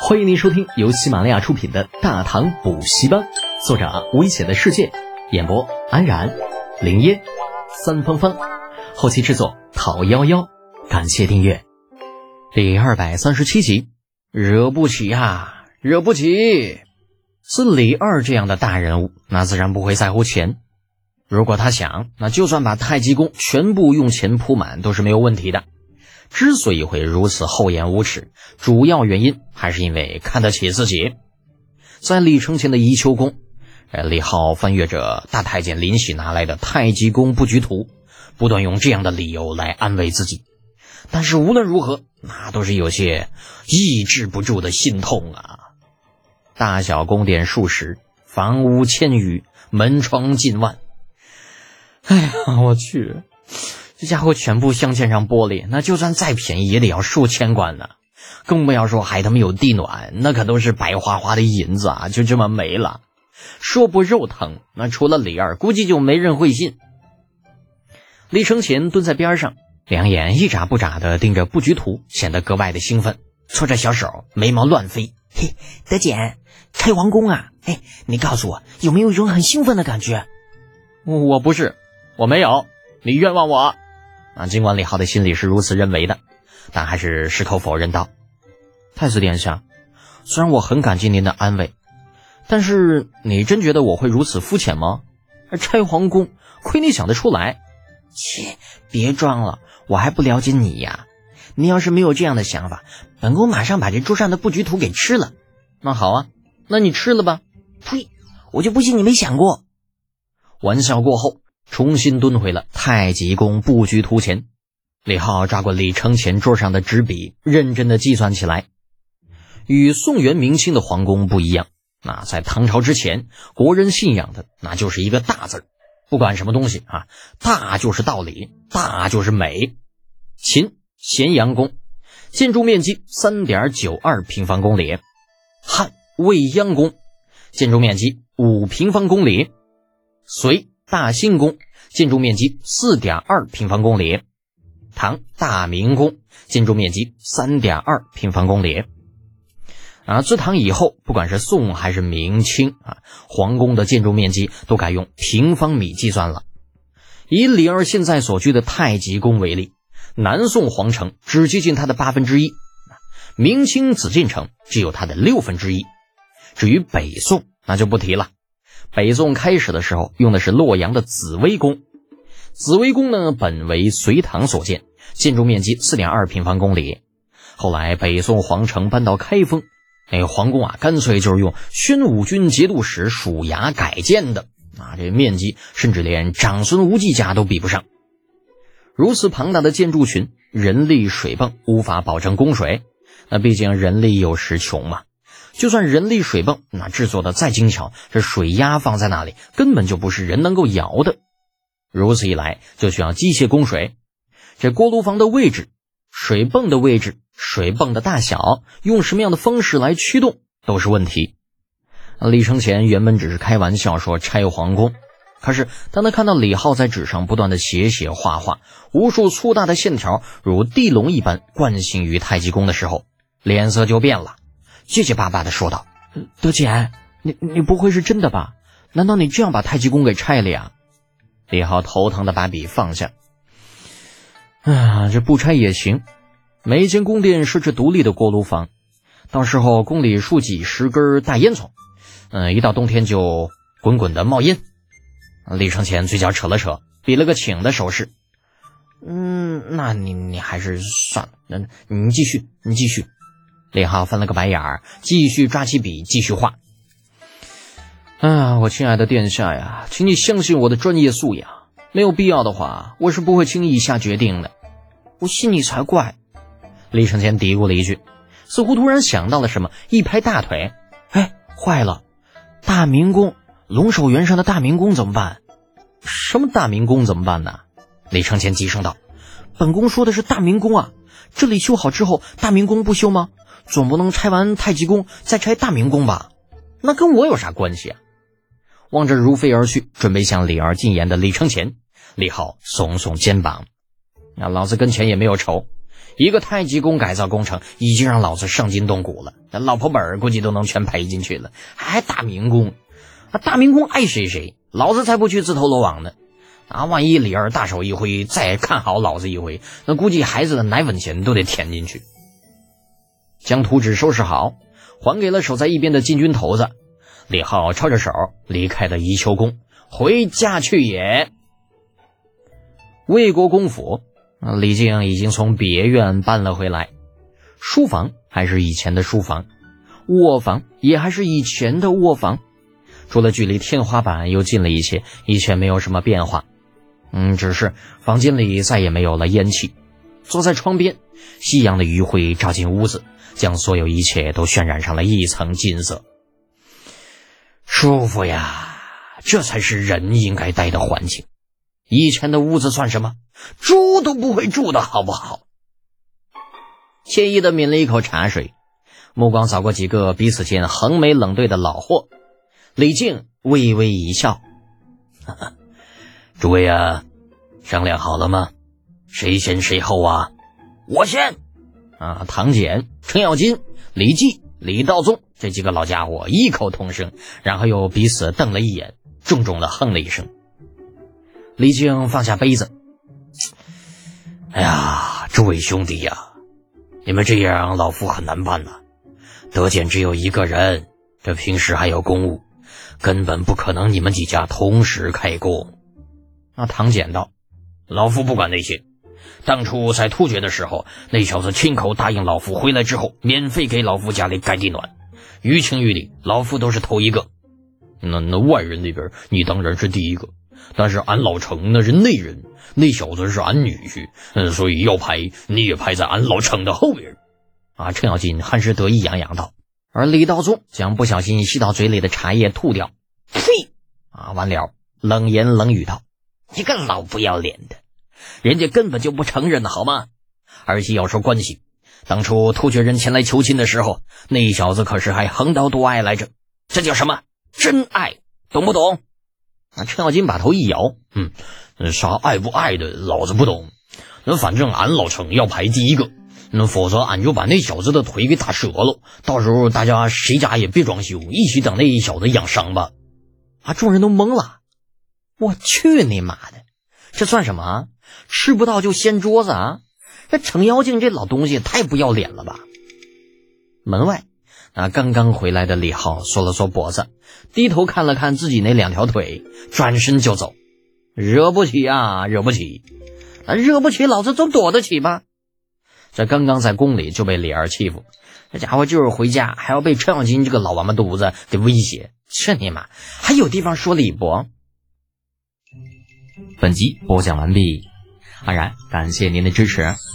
欢迎您收听由喜马拉雅出品的《大唐补习班》，作者危险的世界，演播安然、林烟、三芳芳，后期制作陶夭夭。感谢订阅。第237集，惹不起啊，惹不起！是李二这样的大人物，那自然不会在乎钱。如果他想，那就算把太极宫全部用钱铺满都是没有问题的。之所以会如此厚颜无耻，主要原因还是因为看得起自己。在李承乾的宜秋宫，李浩翻阅着大太监林喜拿来的太极宫布局图，不断用这样的理由来安慰自己。但是无论如何，那都是有些抑制不住的心痛啊！大小宫殿数十，房屋千余，门窗近万。哎呀，我去！这家伙全部镶嵌上玻璃，那就算再便宜也得要数千贯呢。更不要说还他妈有地暖，那可都是白花花的银子啊，就这么没了。说不肉疼，那除了李二，估计就没人会信。李承乾蹲在边上，两眼一眨不眨地盯着布局图，显得格外的兴奋，搓着小手，眉毛乱飞。 嘿，德简，开皇宫啊！哎，你告诉我，有没有一种很兴奋的感觉？ 我没有，你冤枉我。尽管李浩的心里是如此认为的，但还是矢口否认道：太子殿下，虽然我很感激您的安慰，但是你真觉得我会如此肤浅吗？拆皇宫，亏你想得出来。 切，别装了，我还不了解你呀。你要是没有这样的想法，本宫马上把这桌上的布局图给吃了。 那好啊，那你吃了吧。 呸，我就不信你没想过。 玩笑过后，重新蹲回了太极宫布局图前。李浩抓过李承乾桌上的纸笔，认真的计算起来。与宋元明清的皇宫不一样，那在唐朝之前，国人信仰的那就是一个大字，不管什么东西啊，大就是道理，大就是美。秦咸阳宫建筑面积 3.92 平方公里，汉未央宫建筑面积5平方公里，隋大兴宫建筑面积 4.2 平方公里，唐大明宫建筑面积 3.2 平方公里。自唐以后，不管是宋还是明清皇宫的建筑面积都改用平方米计算了。以李二现在所居的太极宫为例，南宋皇城只接近它的1/8，明清紫禁城只有它的1/6。至于北宋，那就不提了。北宋开始的时候用的是洛阳的紫微宫，紫微宫呢本为隋唐所建，建筑面积 4.2 平方公里。后来北宋皇城搬到开封，皇宫干脆就是用宣武军节度使署衙改建的，这面积甚至连长孙无忌家都比不上。如此庞大的建筑群，人力水泵无法保证供水，毕竟人力有时穷嘛。就算人力水泵制作的再精巧，这水压放在那里根本就不是人能够摇的。如此一来，就需要机械供水。这锅炉房的位置、水泵的位置、水泵的大小，用什么样的方式来驱动都是问题。李承乾原本只是开玩笑说拆皇宫，可是当他看到李浩在纸上不断的写写画画，无数粗大的线条如地龙一般惯性于太极宫的时候，脸色就变了，结结巴巴地说道：德简，你不会是真的吧？难道你这样把太极宫给拆了呀？李浩头疼地把笔放下。这不拆也行，每一间宫殿设置独立的锅炉房，到时候宫里竖几10根大烟囱，一到冬天就滚滚的冒烟。李承乾嘴角扯了扯，比了个请的手势。那你还是算了，你继续。李浩翻了个白眼儿，继续抓起笔继续画。我亲爱的殿下呀，请你相信我的专业素养，没有必要的话，我是不会轻易下决定的。 我信你才怪。 李承乾嘀咕了一句，似乎突然想到了什么，一拍大腿。坏了，大明宫，龙首原上的大明宫怎么办？什么大明宫怎么办呢？李承乾急声道：本宫说的是大明宫啊，这里修好之后，大明宫不修吗？总不能拆完太极宫再拆大明宫吧？那跟我有啥关系啊？望着如飞而去，准备向李二进言的李承乾，李浩耸耸肩膀：老子跟钱也没有仇， 一个太极宫改造工程已经让老子伤筋动骨了，那老婆本估计都能全赔进去了，还大明宫？大明宫爱谁谁，老子才不去自投罗网呢！万一李二大手一挥，再看好老子一回，那估计孩子的奶粉钱都得填进去。将图纸收拾好，还给了守在一边的禁军头子，李浩抄着手离开了宜秋宫，回家去也。魏国公府，李靖已经从别院搬了回来，书房还是以前的书房，卧房也还是以前的卧房，除了距离天花板又近了一些，一切没有什么变化。只是房间里再也没有了烟气。坐在窗边，夕阳的余晖照进屋子，将所有一切都渲染上了一层金色。舒服呀，这才是人应该待的环境。以前的屋子算什么？猪都不会住的好不好？惬意地抿了一口茶水，目光扫过几个彼此间横眉冷对的老货，李靖微微一笑，诸位啊，商量好了吗？谁先谁后啊？我先唐简、程咬金、李绩、李道宗这几个老家伙异口同声，然后又彼此瞪了一眼，重重地哼了一声。李靖放下杯子，哎呀，诸位兄弟呀，你们这样老夫很难办呐。德简只有一个人，这平时还有公务，根本不可能你们几家同时开工。唐简道，老夫不管那些，当初在突厥的时候，那小子亲口答应老夫回来之后免费给老夫家里盖地暖，于情于理老夫都是头一个。那外人那边你当然是第一个，但是俺老程那是内人，那小子是俺女婿，所以要排你也排在俺老程的后边。程咬金很是得意洋洋道，而李道宗将不小心吸到嘴里的茶叶吐掉，呸！完了，冷言冷语道，你个老不要脸的，人家根本就不承认的好吗？而且要说关系，当初突厥人前来求亲的时候，那小子可是还横刀夺爱来着，这叫什么真爱，懂不懂？程咬金把头一摇，啥爱不爱的老子不懂，反正俺老程要排第一个，否则俺就把那小子的腿给打折了，到时候大家谁家也别装修，一起等那小子养伤吧。众人都懵了，我去你妈的，这算什么？吃不到就掀桌子啊！这程妖精这老东西太不要脸了吧！门外刚刚回来的李浩缩了缩脖子，低头看了看自己那两条腿，转身就走。惹不起啊，惹不起！惹不起老子总躲得起吧？这刚刚在宫里就被李二欺负，这家伙就是回家还要被程咬金这个老王八犊子给威胁，这你妈还有地方说理不？ 本集播讲完毕，安然感谢您的支持。